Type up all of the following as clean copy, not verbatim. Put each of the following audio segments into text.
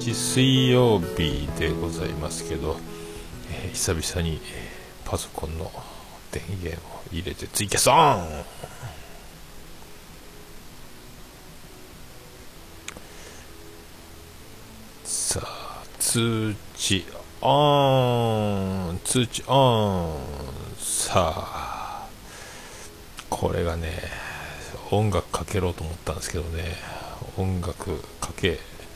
日水曜日でございますけど、久々にパソコンの電源を入れてツイキャスオン。さあ通知オン、通知オン。さあこれがね、音楽かけろうと思ったんですけどね、音楽かけ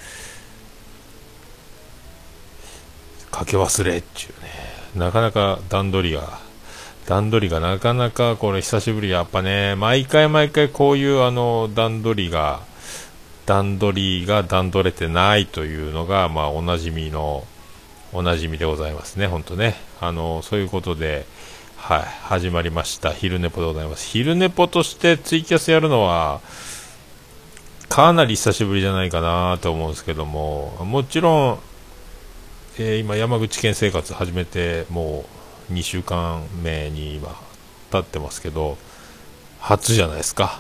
忘れっちゅうね、なかなか段取りがなかなかこれ久しぶり。やっぱね、毎回こういう段取りが段取れてないというのが、まあおなじみでございますね。本当ね、そういうことで、はい、始まりました昼寝ぽでございます。昼寝ぽとしてツイキャスやるのはかなり久しぶりじゃないかなと思うんですけども、もちろん、今山口県生活始めてもう2週間目に今経ってますけど、初じゃないですか。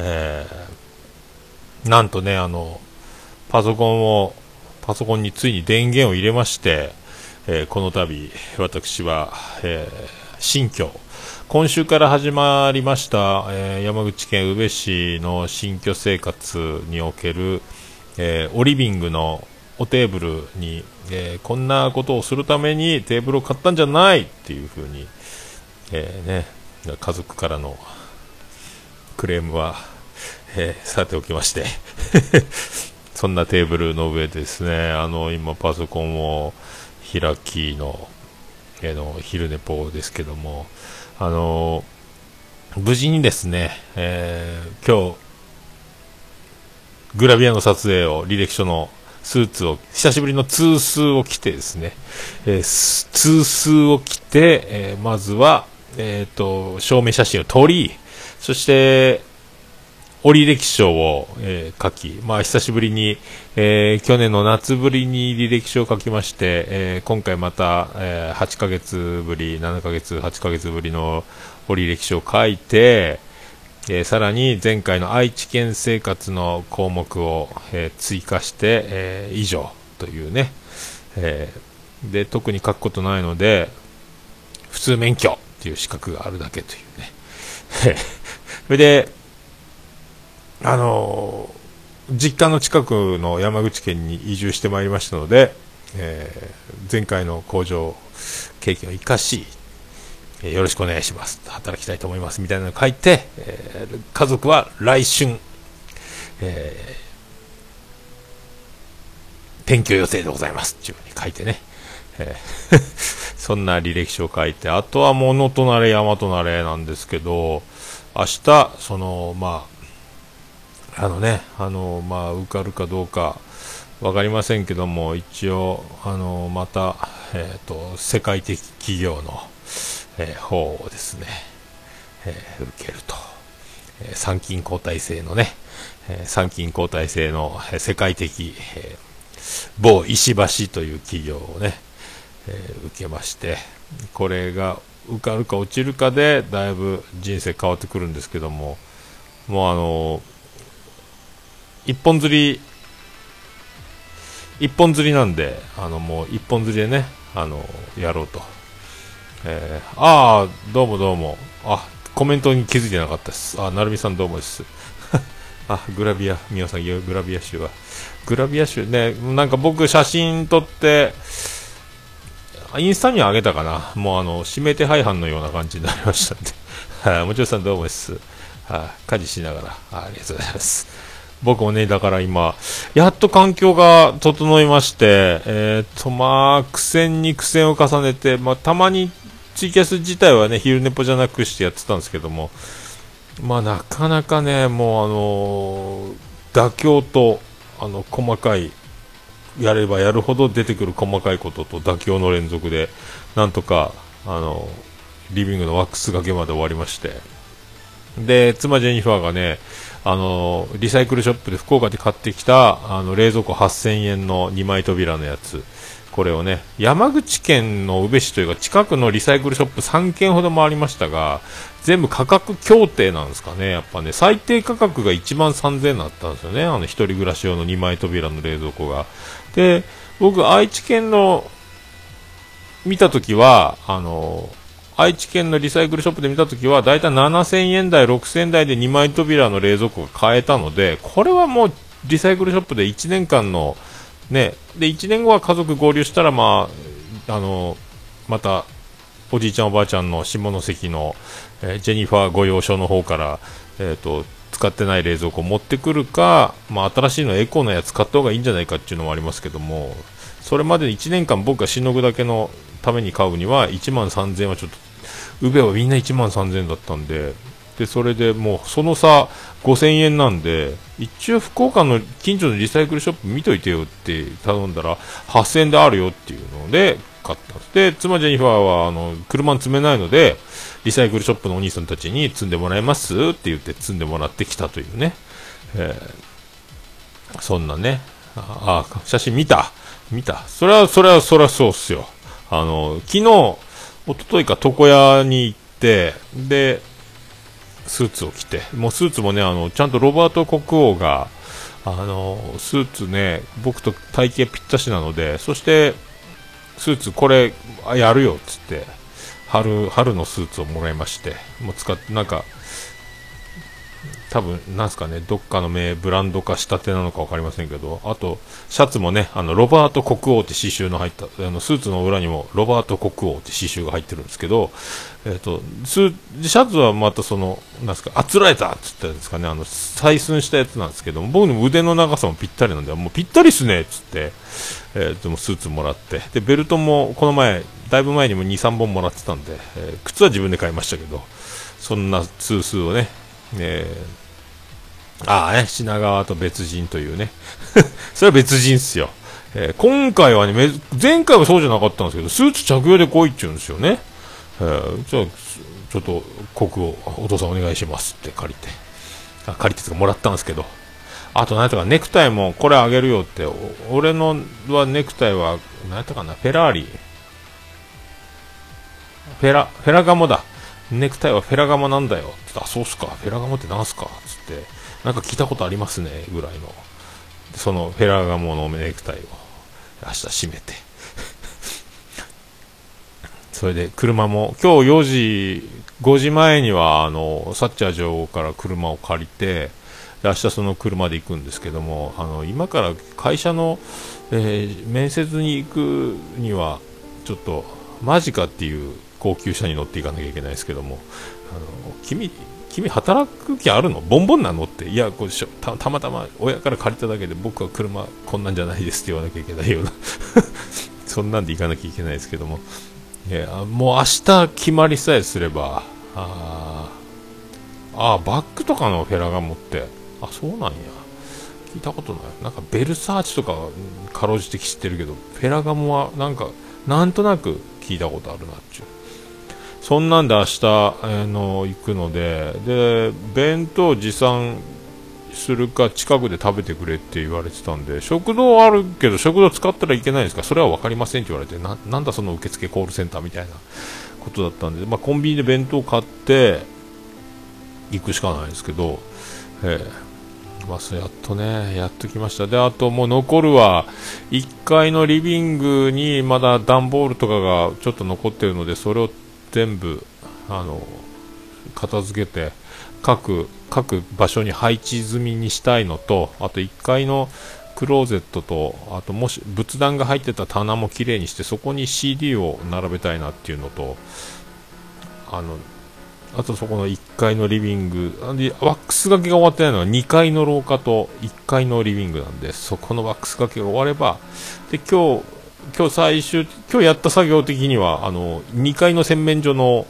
なんとね、パソコンについに電源を入れまして、この度私は、新居、今週から始まりました、山口県宇部市の新居生活における、おリビングのおテーブルに、こんなことをするためにテーブルを買ったんじゃないっていう風に、ね、家族からのクレームは、さておきましてそんなテーブルの上でですね、今パソコンを開きの、昼寝ぽですけども、無事にですね、今日グラビアの撮影を、履歴書のスーツを、久しぶりのツースーを着てですね、ツースーを着て、まずは、証明写真を撮り、そして履歴書を、書き、まあ久しぶりに、去年の夏ぶりに履歴書を書きまして、今回また、8ヶ月ぶり、7ヶ月、8ヶ月ぶりの履歴書を書いて、さらに前回の愛知県生活の項目を、追加して、以上というね、で特に書くことないので普通免許っていう資格があるだけというねそれで実家の近くの山口県に移住してまいりましたので、前回の工場経験を生かし、よろしくお願いします、働きたいと思いますみたいなのを書いて、家族は来春、転居予定でございますっていう風に書いてね、そんな履歴書を書いて、あとは物となれ山となれなんですけど、明日そのまあ受かるかどうか分かりませんけども、一応また、世界的企業の、方をですね、受けると、参勤交代制のね、世界的、某石橋という企業をね、受けまして、これが受かるか落ちるかでだいぶ人生変わってくるんですけども、もう一本釣りなんで、もう一本釣りでね、やろうと。どうも、コメントに気づいてなかったです。なるみさんどうもです。グラビア、皆さんグラビア集ね、なんか僕写真撮ってインスタには上げたかな。もう指名手配犯のような感じになりましたんでもちろさんどうもです。家事しながらありがとうございます。僕もね、だから今やっと環境が整いまして、苦戦に苦戦を重ねて、たまにツイキャス自体はね、昼寝ぽじゃなくしてやってたんですけども、なかなかね、もう妥協と細かい、やればやるほど出てくる細かいことと妥協の連続で、なんとかリビングのワックスがけまで終わりまして、で妻ジェニファーがね、リサイクルショップで福岡で買ってきた冷蔵庫8000円の2枚扉のやつ、 これをね、山口県の宇部市というか近くのリサイクルショップ3軒ほど回りましたが、全部価格協定なんですかね。やっぱね、最低価格が1万3000円だったんですよね。一人暮らし用の2枚扉の冷蔵庫が。で、僕愛知県の見たときは、愛知県のリサイクルショップで見たときは、だいたい7000円台、6000円台で2枚扉の冷蔵庫が買えたので、これはもうリサイクルショップで1年間の、ね、で、1年後は家族合流したら、また、おじいちゃんおばあちゃんの下関の、ジェニファー御用所の方から、使ってない冷蔵庫を持ってくるか、新しいのエコのやつ買った方がいいんじゃないかっていうのもありますけども、それまで1年間僕がしのぐだけのために買うには1万3000円はちょっと、宇部はみんな1万3000円だったんで、それでもうその差5000円なんで、一応福岡の近所のリサイクルショップ見といてよって頼んだら8000円であるよっていうので買ったんです。で、妻ジェニファーは車に積めないので、リサイクルショップのお兄さんたちに積んでもらえますって言って積んでもらってきたというね、そんなね、写真見たそれはそうっすよ。昨日一昨日か床屋に行って、でスーツを着て、もうスーツもね、ちゃんとロバート国王がスーツね、僕と体型ぴったしなので、そしてスーツこれやるよっつって春のスーツをもらいまして、もう使ってなんか多分なんすかね、どっかのブランド化したてなのか分かりませんけど、あとシャツもね、ロバート国王って刺繍の入ったスーツの裏にもロバート国王って刺繍が入ってるんですけど、シャツはまたなんすか、あつらえたっつったんですかね、採寸したやつなんですけども、僕の腕の長さもぴったりなんで、もうぴったりっすねっつって、でもスーツもらって、でベルトもこの前だいぶ前にも 2,3 本もらってたんで、靴は自分で買いましたけど、そんな通数をね、品川と別人というねそれは別人っすよ。今回はね、前回はそうじゃなかったんですけど、スーツ着用で来いって言うんですよね。じゃあちょっと国王お父さんお願いしますって借りてもらったんですけど、あと何やったかネクタイもこれあげるよって、俺のはネクタイは何やったかな、フェラガモだ、ネクタイはフェラガモなんだよって、そうっすか、フェラガモってなんすかつって、なんか聞いたことありますねぐらいの、そのフェラガモのネクタイを明日締めてそれで車も今日5時前にはサッチャー女王から車を借りて、明日その車で行くんですけども、今から会社の、面接に行くにはちょっとマジかっていう高級車に乗っていかなきゃいけないですけども、君働く気あるの、ボンボンなのって、いやこれたまたま親から借りただけで、僕は車こんなんじゃないですって言わなきゃいけないようなそんなんで行かなきゃいけないですけども、もう明日決まりさえすれば、バッグとかのフェラガモって、そうなんや、聞いたことない。なんかベルサーチとかかろうじて知ってるけど、フェラガモはなんとなく聞いたことあるなっちゅう。そんなんで明日、行くので、弁当持参するか近くで食べてくれって言われてたんで、食堂あるけど食堂使ったらいけないんですか、それは分かりませんって言われて、なんだその受付コールセンターみたいなことだったんで、コンビニで弁当買って行くしかないですけど、やっと来ました。で、あともう残るは1階のリビングにまだ段ボールとかがちょっと残ってるので、それを全部片付けて各場所に配置済みにしたいのと、あと1階のクローゼットと、あともし仏壇が入ってた棚もきれいにして、そこに CD を並べたいなっていうのと、あとそこの1階のリビングワックス掛けが終わってないのは2階の廊下と1階のリビングなんで、そこのワックス掛けが終われば、で今日やった作業的には2階の洗面所の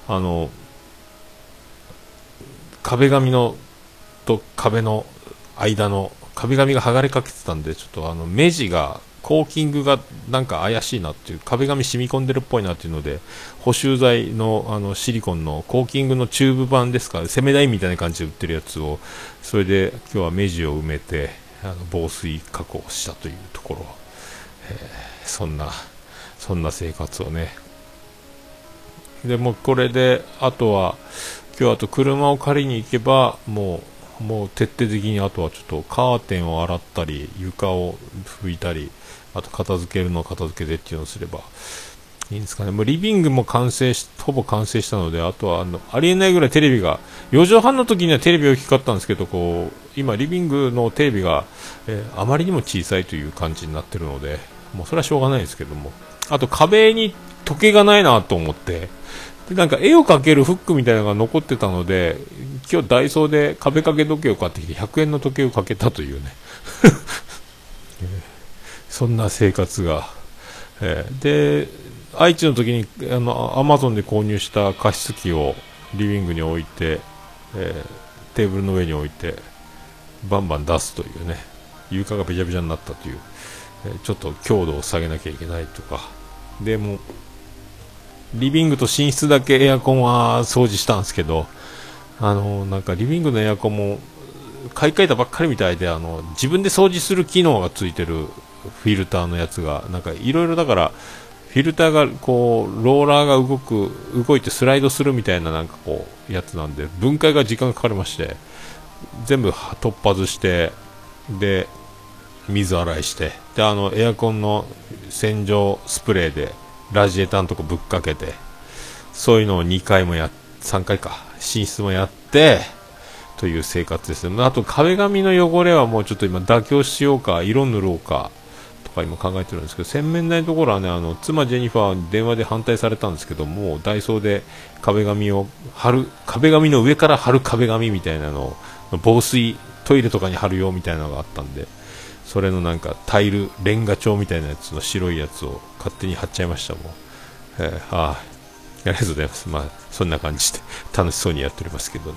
壁紙のと壁の間の壁紙が剥がれかけてたんで、ちょっと目地がコーキングがなんか怪しいなっていう、壁紙染み込んでるっぽいなっていうので、補修剤のシリコンのコーキングのチューブ版ですか、セメダインみたいな感じで売ってるやつを、それで今日は目地を埋めて防水加工したというところそんな生活をね。でもこれであとは今日あと車を借りに行けばもう徹底的にあとはちょっとカーテンを洗ったり床を拭いたりあと片付けるのを片付けてっていうのをすればいいんですかね。もうリビングもほぼ完成したので、あとはありえないぐらいテレビが4畳半の時にはテレビ大きかったんですけど、こう今リビングのテレビが、あまりにも小さいという感じになってるので、もうそれはしょうがないですけども、あと壁に時計がないなと思って、でなんか絵を描けるフックみたいなのが残ってたので、今日ダイソーで壁掛け時計を買ってきて100円の時計をかけたというねそんな生活が、で愛知の時にアマゾンで購入した加湿器をリビングに置いて、テーブルの上に置いてバンバン出すというね、床がべちゃべちゃになったという、ちょっと強度を下げなきゃいけないとかでもリビングと寝室だけエアコンは掃除したんですけど、なんかリビングのエアコンも買い替えたばっかりみたいで、自分で掃除する機能がついてるフィルターのやつがなんかいろいろだからフィルターがこうローラーが動いてスライドするみたいななんかこうやつなんで分解が時間がかかりまして、全部取っ外してで水洗いしてでエアコンの洗浄スプレーでラジエーターのとこぶっかけて、そういうのを2回も3回か寝室もやってという生活ですね。あと壁紙の汚れはもうちょっと今妥協しようか色塗ろうかとか今考えてるんですけど、洗面台のところはね妻ジェニファーに電話で反対されたんですけども、ダイソーで壁紙の上から貼る壁紙みたいなのを防水トイレとかに貼るよみたいなのがあったんで、それのなんかタイルレンガ調みたいなやつの白いやつを勝手に貼っちゃいましたもん。ありがとうございます。まあそんな感じで楽しそうにやっておりますけどね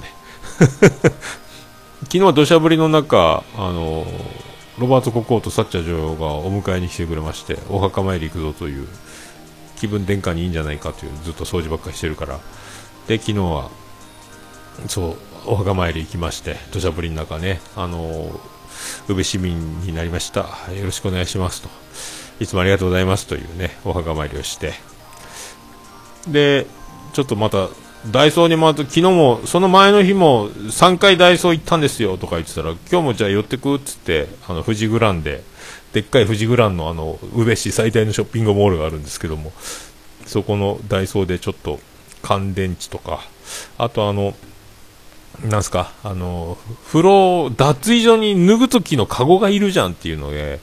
昨日は土砂降りの中ロバート国王とサッチャー女王がお迎えに来てくれまして、お墓参り行くぞという気分転換にいいんじゃないかという、ずっと掃除ばっかりしてるから、で昨日はそうお墓参り行きまして、土砂降りの中ね宇部市民になりました、よろしくお願いしますと、いつもありがとうございますというねお墓参りをして、でちょっとまたダイソーに回って、昨日もその前の日も3回ダイソー行ったんですよとか言ってたら、今日もじゃあ寄ってくっつって富士グランでっかい富士グランの宇部市最大のショッピングモールがあるんですけども、そこのダイソーでちょっと乾電池とか、あとなんすか風呂脱衣所に脱ぐ時のカゴがいるじゃんっていうので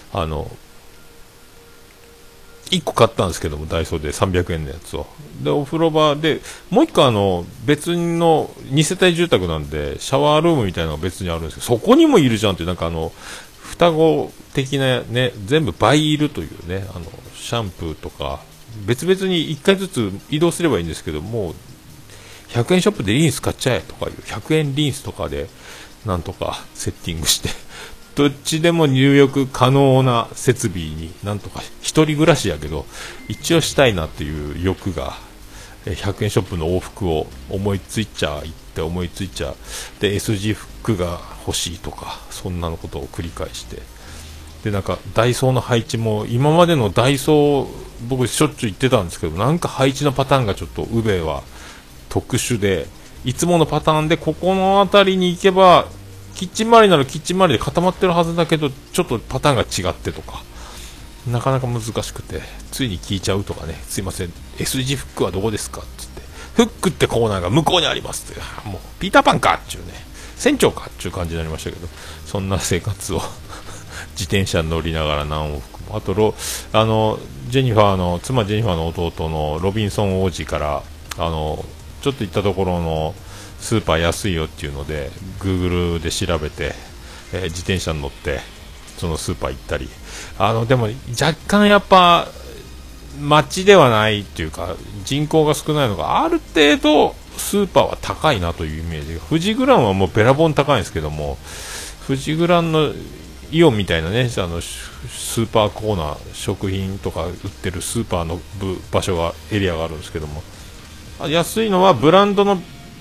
1個買ったんですけども、ダイソーで300円のやつを。でお風呂場でもう1個別の2世帯住宅なんでシャワールームみたいなのが別にあるんですけど、そこにもいるじゃんっていう、なんか双子的なね、全部倍いるというね、シャンプーとか別々に1回ずつ移動すればいいんですけども、100円ショップでリンス買っちゃえとかいう100円リンスとかでなんとかセッティングしてどっちでも入浴可能な設備になんとか一人暮らしやけど一応したいなっていう欲が、100円ショップの往復を思いついちゃで S 字フックが欲しいとか、そんなのことを繰り返して、でなんかダイソーの配置も今までのダイソー僕しょっちゅう行ってたんですけど、なんか配置のパターンがちょっと宇部は特殊で、いつものパターンでここの辺りに行けばキッチン周りならキッチン周りで固まってるはずだけどちょっとパターンが違ってとか、なかなか難しくてついに聞いちゃうとかね、すいません S 字フックはどこですかって言って、フックってコーナーが向こうにありますって、もうピーターパンかっちゅうね、船長かっちゅう感じになりましたけど、そんな生活を自転車に乗りながら何往復も、あとジェニファーの妻ジェニファーの弟のロビンソン王子からちょっと行ったところのスーパー安いよっていうので Google で調べて、自転車に乗ってそのスーパー行ったり、でも若干やっぱ街ではないっていうか人口が少ないのがある程度スーパーは高いなというイメージが、富士グランはもうべらぼん高いんですけども、富士グランのイオンみたいなねスーパーコーナー食品とか売ってるスーパーの場所がエリアがあるんですけども、安いのはブランドの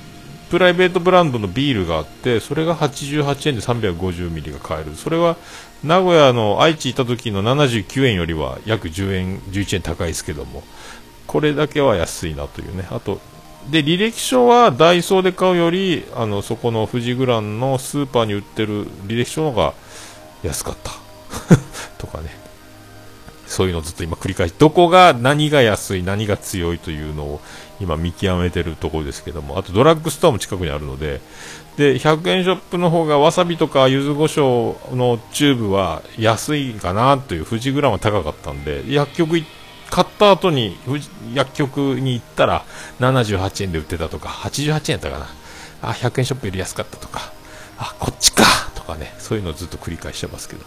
プライベートブランドのビールがあって、それが88円で350ミリが買える。それは名古屋の愛知行った時の79円よりは約10円11円高いですけども、これだけは安いなというね。あとで履歴書はダイソーで買うよりそこの富士グランのスーパーに売ってる履歴書の方が安かったとかね、そういうのをずっと今繰り返し、どこが何が安い何が強いというのを今見極めてるところですけども、あとドラッグストアも近くにあるので、で100円ショップの方がわさびとか柚子胡椒のチューブは安いかなという、富士グランは高かったんで、薬局買った後に薬局に行ったら78円で売ってたとか、88円やったかな、100円ショップより安かったとか、こっちかとかね、そういうのをずっと繰り返してますけど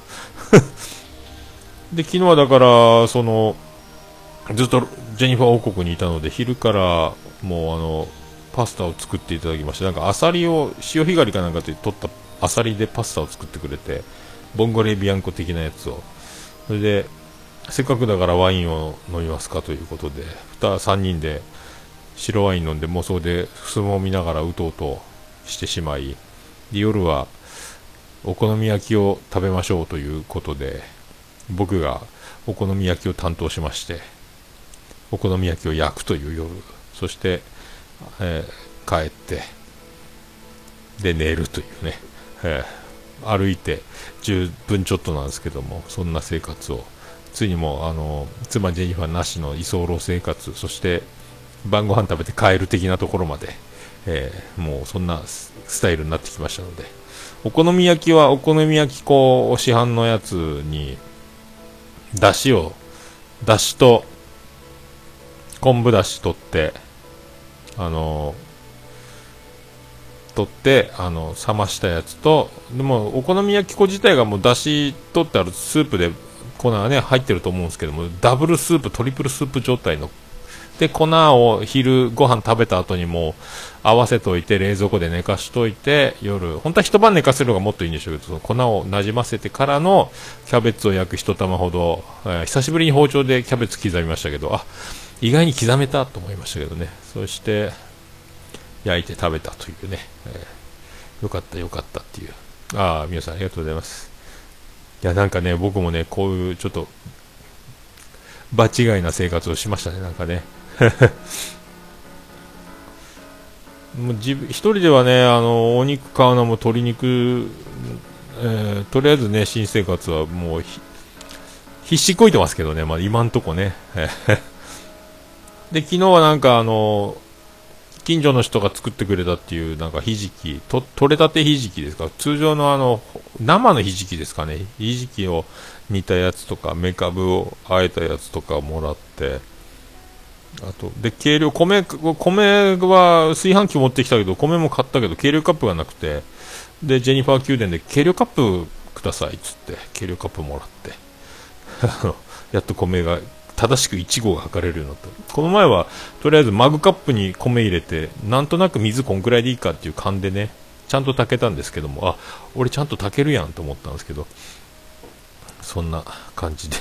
で昨日はだからずっとジェニファー王国にいたので、昼からもうパスタを作っていただきまして、なんかアサリを潮干狩りかなんかで取ったアサリでパスタを作ってくれて、ボンゴレビアンコ的なやつを、それでせっかくだからワインを飲みますかということで3人で白ワイン飲んで、もうそれで相撲を見ながらうとうとしてしまい、で夜はお好み焼きを食べましょうということで、僕がお好み焼きを担当しまして、お好み焼きを焼くという夜、そして、帰ってで寝るというね、歩いて10分ちょっとなんですけども、そんな生活をついにも妻ジェニファーなしの居候生活、そして晩ご飯食べて帰る的なところまで、もうそんなスタイルになってきましたので、お好み焼きはお好み焼き粉、市販のやつにだしと昆布だし取って冷ましたやつと、でもお好み焼き粉自体がもうだし取ってあるスープで粉がね入ってると思うんですけども、ダブルスープトリプルスープ状態ので、粉を昼ご飯食べた後にも合わせといて冷蔵庫で寝かしといて、夜本当は一晩寝かせるのがもっといいんでしょうけど、その粉をなじませてからのキャベツを焼く一玉ほど、久しぶりに包丁でキャベツ刻みましたけど、意外に刻めたと思いましたけどね。そして焼いて食べたというね、よかったっていう。皆さんありがとうございます。いやなんかね、僕もねこういうちょっと場違いな生活をしましたね、なんかねもう一人ではねお肉買うのも鶏肉、とりあえずね新生活はもう必死こいてますけどね、今んとこねで昨日はなんか近所の人が作ってくれたっていうなんかひじき取れたてひじきですか、通常の生のひじきですかね、ひじきを煮たやつとかめかぶをあえたやつとかもらって、あとで計量米は炊飯器持ってきたけど、米も買ったけど計量カップがなくて、でジェニファー宮殿で計量カップくださいっつって計量カップもらってやっと米が正しく1合が測れるようになった。この前はとりあえずマグカップに米入れて、なんとなく水こんくらいでいいかっていう勘でねちゃんと炊けたんですけども、俺ちゃんと炊けるやんと思ったんですけど、そんな感じで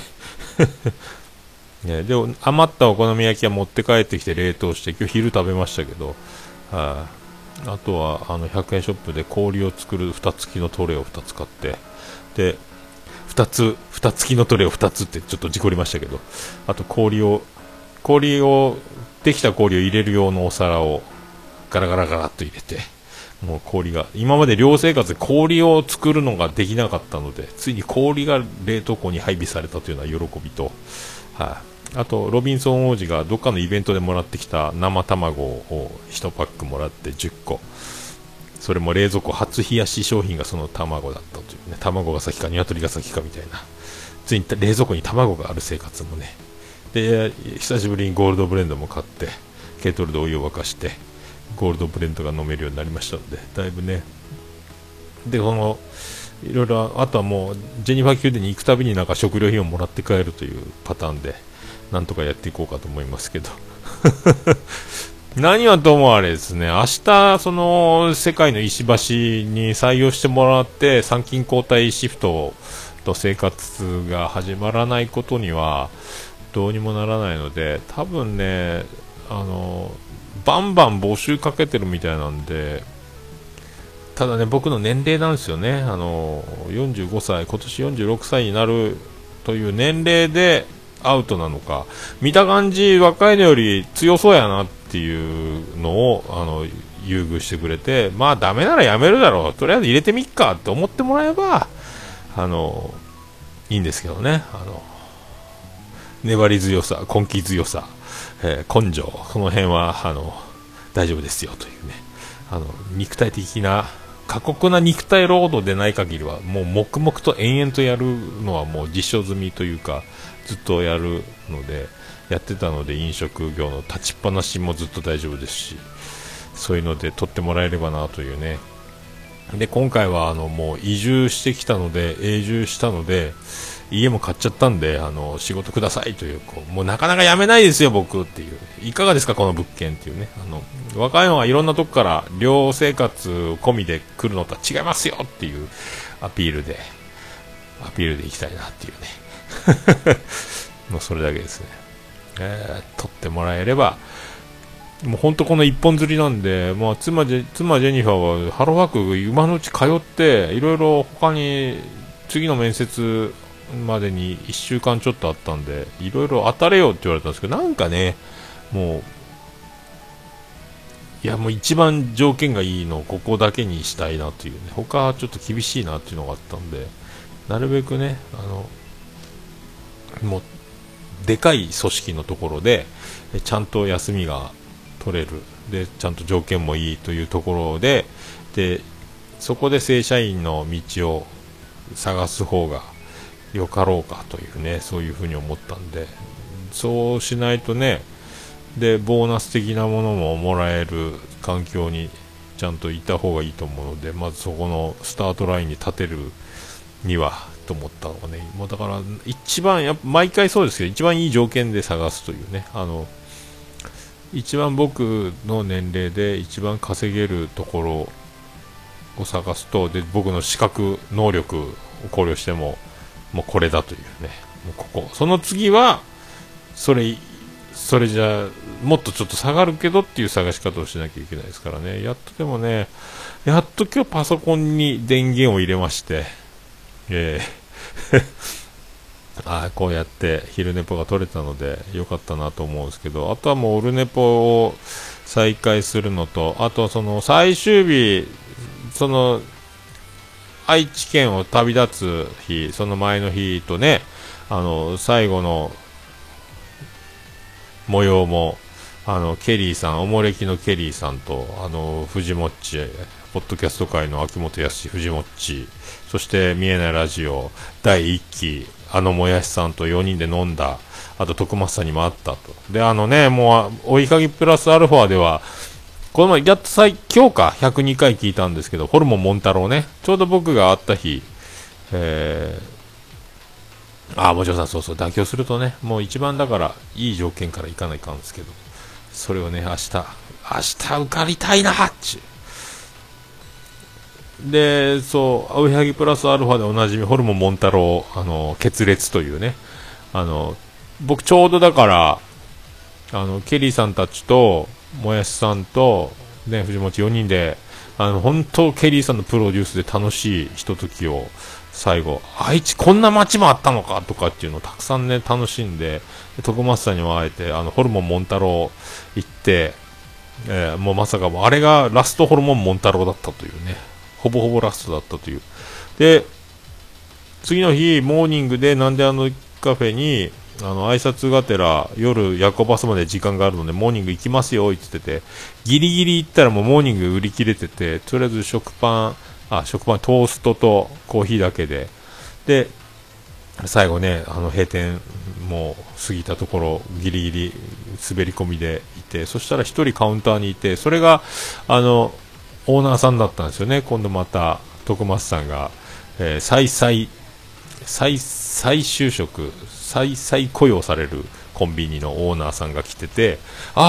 ね、で余ったお好み焼きは持って帰ってきて冷凍して、今日昼食べましたけど、あとは100円ショップで氷を作る蓋付きのトレイを2つ買って、で蓋付きのトレイを2つってちょっと事故りましたけど、あと氷をできた氷を入れる用のお皿をガラガラガラっと入れて、もう氷が今まで寮生活で氷を作るのができなかったので、ついに氷が冷凍庫に配備されたというような喜びと、あとロビンソン王子がどっかのイベントでもらってきた生卵を1パックもらって10個、それも冷蔵庫初冷やし商品がその卵だったというね、卵が先か鶏が先かみたいな、ついに冷蔵庫に卵がある生活もね、で久しぶりにゴールドブレンドも買ってケトルでお湯を沸かしてゴールドブレンドが飲めるようになりましたので、だいぶね、でいろいろ、あとはもうジェニファー宮殿に行くたびになんか食料品をもらって帰るというパターンでなんとかやっていこうかと思いますけど何はともあれですね、明日その世界の石橋に採用してもらって参勤交代シフトと生活が始まらないことにはどうにもならないので、多分ねバンバン募集かけてるみたいなんで、ただね、僕の年齢なんですよね。45歳、今年46歳になるという年齢でアウトなのか、見た感じ若いのより強そうやなっていうのを優遇してくれて、まあダメならやめるだろう、とりあえず入れてみっかって思ってもらえばいいんですけどね。粘り強さ、根気強さ、根性、この辺は大丈夫ですよというね、肉体的な過酷な肉体労働でない限りはもう黙々と延々とやるのはもう実証済みというか、ずっとやるので、やってたので、飲食業の立ちっぱなしもずっと大丈夫ですし、そういうので取ってもらえればなというね。で今回はもう移住してきたので、永住したので、家も買っちゃったんで、仕事くださいという、もうなかなか辞めないですよ僕っていう、いかがですかこの物件っていうね、若いのはいろんなとこから寮生活込みで来るのとは違いますよっていうアピールでいきたいなっていうねもうそれだけですね。取ってもらえれば、もう本当この一本釣りなんで、まあ、妻ジェニファーはハローワーク今のうち通っていろいろ他に次の面接までに1週間ちょっとあったんで、いろいろ当たれよって言われたんですけど、なんかね、もう一番条件がいいのをここだけにしたいなというね、他はちょっと厳しいなっていうのがあったんで、なるべくね、もうでかい組織のところでちゃんと休みが取れる、でちゃんと条件もいいというところで、そこで正社員の道を探す方がよかろうかというね、そういうふうに思ったんで、そうしないとね、でボーナス的なものももらえる環境にちゃんといた方がいいと思うので、まずそこのスタートラインに立てるにはと思ったのがね、もうだから一番毎回そうですけど、一番いい条件で探すというね、一番僕の年齢で一番稼げるところを探すと、で僕の資格能力を考慮してももうこれだというね、もうその次はそれじゃもっとちょっと下がるけどっていう探し方をしなきゃいけないですからね。やっと今日パソコンに電源を入れまして、こうやって昼寝ぽが取れたので良かったなと思うんですけど、あとはもうオルネポを再開するのと、あとその最終日、その愛知県を旅立つ日、その前の日とね、最後の模様もケリーさん、おもれきのケリーさんと藤もっち、ポッドキャスト界の秋元康、藤もっち、そして見えないラジオ第1期、もやしさんと4人で飲んだ、あと徳松さんにも会ったと。でもう追いかぎプラスアルファではこの前やっと今日か102回聞いたんですけど、ホルモンモン太郎ね、ちょうど僕が会った日、もちろんそう妥協するとね、もう一番だからいい条件からいかないかんですけど、それをね明日受かりたいなっちで、青柳プラスアルファでおなじみホルモンモン太郎決裂というね、僕ちょうどだからケリーさんたちともやしさんとね藤本4人で本当ケリーさんのプロデュースで楽しいひとときを最後、愛知こんな街もあったのかとかっていうのをたくさんね楽しんで、徳松さんにも会えてホルモンモン太郎行って、もうまさかあれがラストホルモンモン太郎だったというね、ほぼほぼラストだったという。で次の日モーニングでなんでカフェに挨拶がてら夜夜行バスまで時間があるのでモーニング行きますよって言ってて、ギリギリ行ったらもうモーニング売り切れてて、とりあえず食パントーストとコーヒーだけで最後ね閉店もう過ぎたところギリギリ滑り込みでいて、そしたら一人カウンターにいて、それがオーナーさんだったんですよね。今度また徳松さんが、再就職再雇用されるコンビニのオーナーさんが来てて、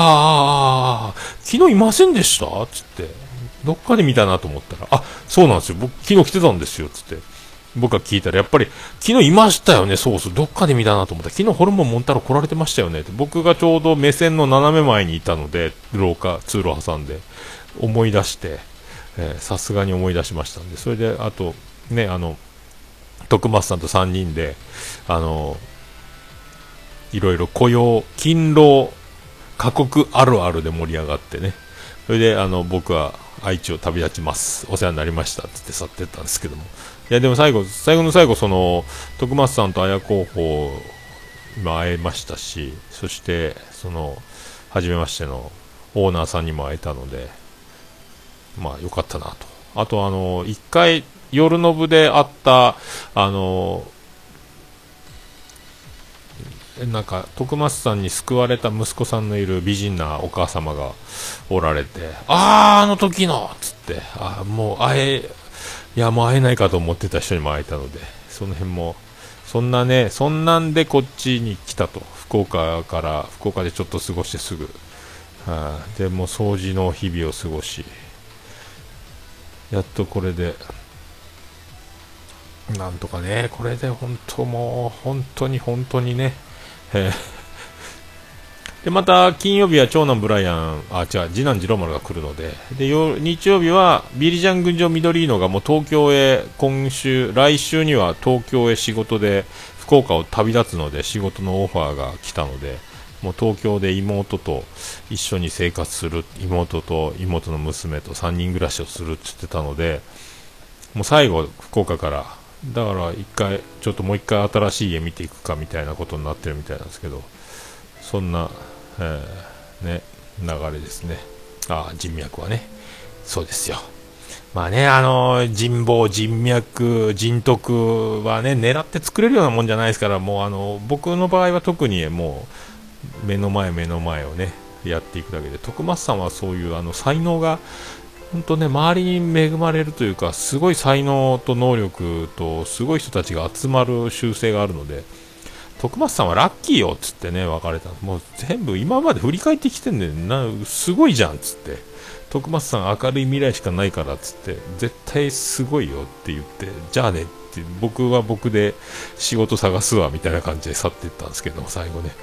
昨日いませんでしたつって、どっかで見たなと思ったら、そうなんですよ、僕昨日来てたんですよつって、 僕が聞いたら、やっぱり昨日いましたよね、そうそう、どっかで見たなと思った。昨日ホルモンモンタロ来られてましたよねって。僕がちょうど目線の斜め前にいたので、通路挟んで思い出して、さすがに思い出しましたんで、それであとね、徳松さんと3人でいろいろ勤労過酷あるあるで盛り上がってね、それで僕は愛知を旅立ちます、お世話になりましたって言って去っていったんですけども、いやでも最後の最後、その徳松さんと綾候補今会えましたし、そしてその初めましてのオーナーさんにも会えたので、まあ良かったなと。あと一回夜の部で会ったなんか徳松さんに救われた息子さんのいる美人なお母様がおられて、あの時のっつって、もういやもう会えないかと思ってた人にも会えたので、その辺もそんなんでこっちに来たと。福岡でちょっと過ごしてすぐ、でもう掃除の日々を過ごし、やっとこれでなんとかね、これで本当にね、でまた金曜日は長男ブライアン、次男次郎丸が来るので、日曜日はビリジャン群青緑のがもう東京へ来週には東京へ仕事で福岡を旅立つので、仕事のオファーが来たので、もう東京で妹と一緒に生活する、妹と妹の娘と3人暮らしをするって言ってたので、もう最後福岡からだからもう一回新しい家見ていくかみたいなことになってるみたいなんですけど、そんな、流れですね。人脈はね、そうですよ。まあね、人望、人脈、人徳はね、狙って作れるようなもんじゃないですから、もう僕の場合は特にもう目の前をねやっていくだけで、徳松さんはそういう才能が本当ね、周りに恵まれるというか、すごい才能と能力とすごい人たちが集まる習性があるので、徳松さんはラッキーよっつってね、別れた。もう全部今まで振り返ってきてんねんすごいじゃんっつって、徳松さん明るい未来しかないからっつって、絶対すごいよって言って、じゃあねって、僕は僕で仕事探すわみたいな感じで去っていったんですけども、最後ね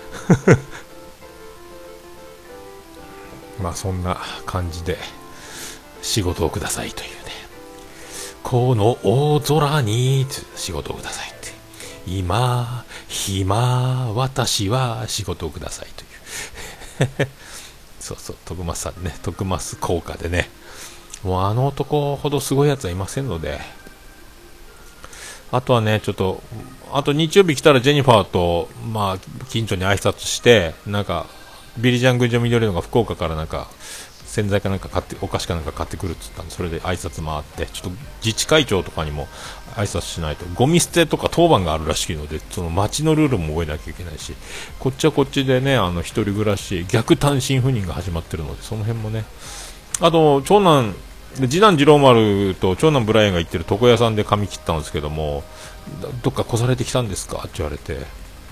まあそんな感じで仕事をくださいというね、この大空に仕事をくださいって、今暇私は仕事をくださいというそうそう、徳松さんね、徳松効果でね、もうあの男ほどすごいやつはいませんので、あとはね、あと日曜日来たらジェニファーとまあ近所に挨拶して、なんかビリジャン群青緑のが福岡からなんか洗剤かなんかお菓子かなんか買ってくるって言ったんで、それで挨拶回って、ちょっと自治会長とかにも挨拶しないと、ゴミ捨てとか当番があるらしいので、その街のルールも覚えなきゃいけないし、こっちはこっちでね、一人暮らし逆単身赴任が始まってるので、その辺もね、あと次男次郎丸と長男ブライアンが行ってる床屋さんで髪切ったんですけども、どっか越されてきたんですかって言われて、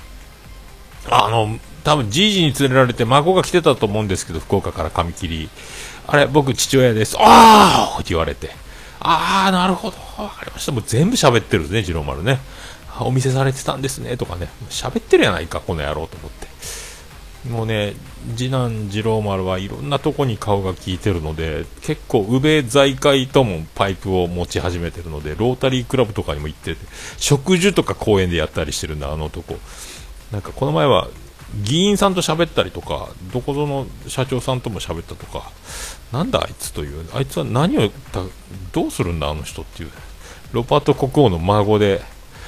多分じいじに連れられて孫が来てたと思うんですけど、福岡から髪切り、あれ僕父親です、って言われて、なるほどわかりました、もう全部喋ってるね次郎丸ね、お店されてたんですねとかね、喋ってるやないかこの野郎と思って、もうね、次男次郎丸はいろんなとこに顔が効いてるので、結構宇部財界ともパイプを持ち始めてるので、ロータリークラブとかにも行ってて、植樹とか公園でやったりしてるんだ、あの男。なんかこの前は議員さんと喋ったりとか、どこぞの社長さんとも喋ったとか、なんだあいつという、あいつはどうするんだあの人っていう、ロバート国王の孫で、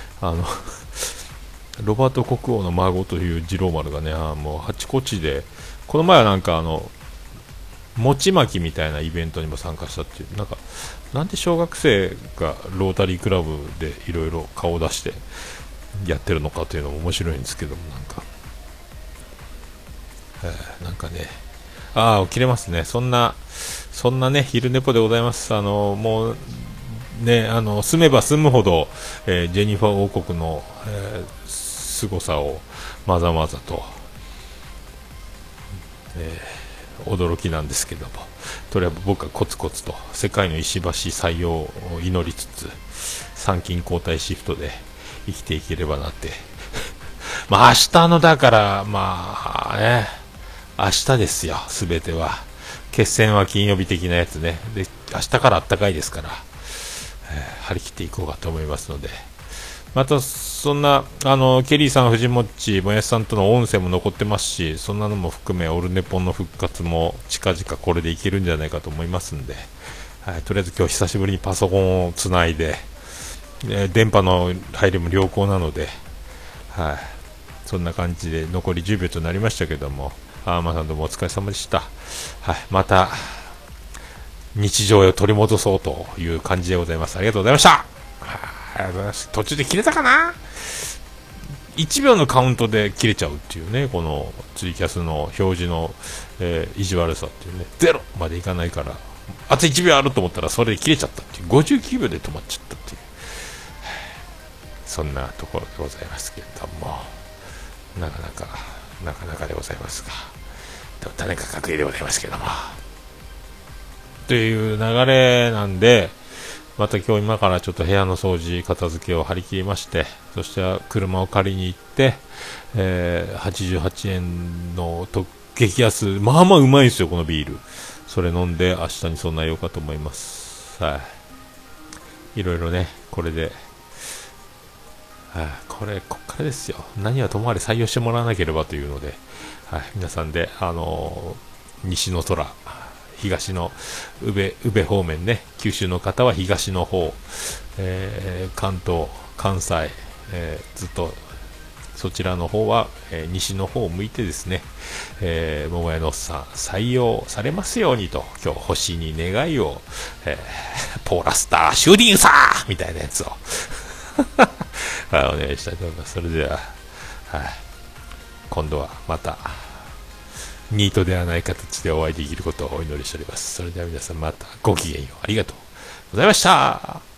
ロバート国王の孫という次郎丸がね、もうあちこちで、この前はなんか餅巻きみたいなイベントにも参加したっていう、なんで小学生がロータリークラブでいろいろ顔を出してやってるのかというのも面白いんですけども、なんかね、起きれますね、そんなね昼寝ぽでございます。もうね、住めば住むほど、ジェニファー王国の、凄さをまざまざと、驚きなんですけども、とりあえず僕はコツコツと世界の石橋採用を祈りつつ、 参勤交代シフトで生きていければなってまあ明日のだからまあね、明日ですよ、すべては。決戦は金曜日的なやつね。で明日から暖かいですから、張り切っていこうかと思いますので、またそんなケリーさん、藤もっち、もやしさんとの音声も残ってますし、そんなのも含めオルネポンの復活も近々これでいけるんじゃないかと思いますんで、はい、とりあえず今日久しぶりにパソコンをつないで、電波の入りも良好なので、はい、そんな感じで残り10秒となりましたけども、まさんどうもお疲れ様でした。はい、また日常を取り戻そうという感じでございます。ありがとうございました。ありがとうございます。途中で切れたかな、1秒のカウントで切れちゃうっていうね、このツイキャスの表示の、意地悪さっていうね、0までいかないから、あと1秒あると思ったらそれで切れちゃったっていう、59秒で止まっちゃったっていう、そんなところでございますけれども、なかなかでございますが、種価格でございますけども、という流れなんで、また今日今からちょっと部屋の掃除片付けを張り切りまして、そして車を借りに行って、88円の激安、まあまあうまいんですよこのビール、それ飲んで明日に備えようかと思います。はい、いろいろね、これで、こっからですよ、何はともあれ採用してもらわなければというので、はい、皆さんで西の空、東の宇部方面ね、九州の方は東の方、関東、関西、ずっとそちらの方は、西の方を向いてですね、桃屋のおっさん採用されますようにと、今日星に願いを、ポーラスターシューディンサーみたいなやつをはい、お願いしたいと思います。それでは、はい、今度はまたニートではない形でお会いできることをお祈りしております。それでは皆さんまたごきげんよう。ありがとうございました。